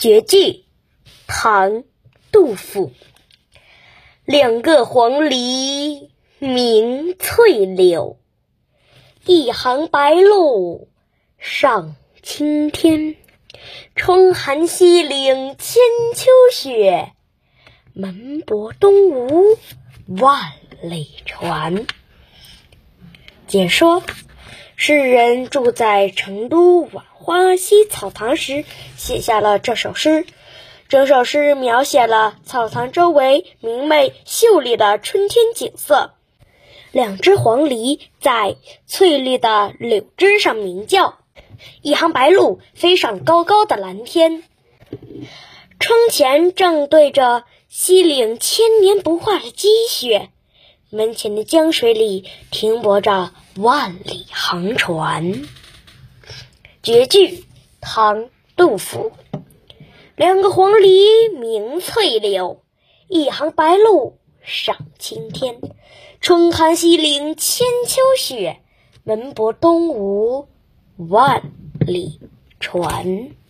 绝句，唐·杜甫。两个黄鹂鸣翠柳，一行白鹭上青天。春寒西岭千秋雪，门泊东吴万里船。解说：诗人住在成都浣花溪草堂时写下了这首诗。整首诗描写了草堂周围明媚秀丽的春天景色，两只黄鹂在翠绿的柳枝上鸣叫，一行白鹭飞上高高的蓝天。窗前正对着西岭千年不化的积雪，门前的江水里停泊着万里航船。绝句，唐·杜甫。两个黄鹂鸣翠柳，一行白鹭上青天。春寒西岭千秋雪，门泊东吴万里船。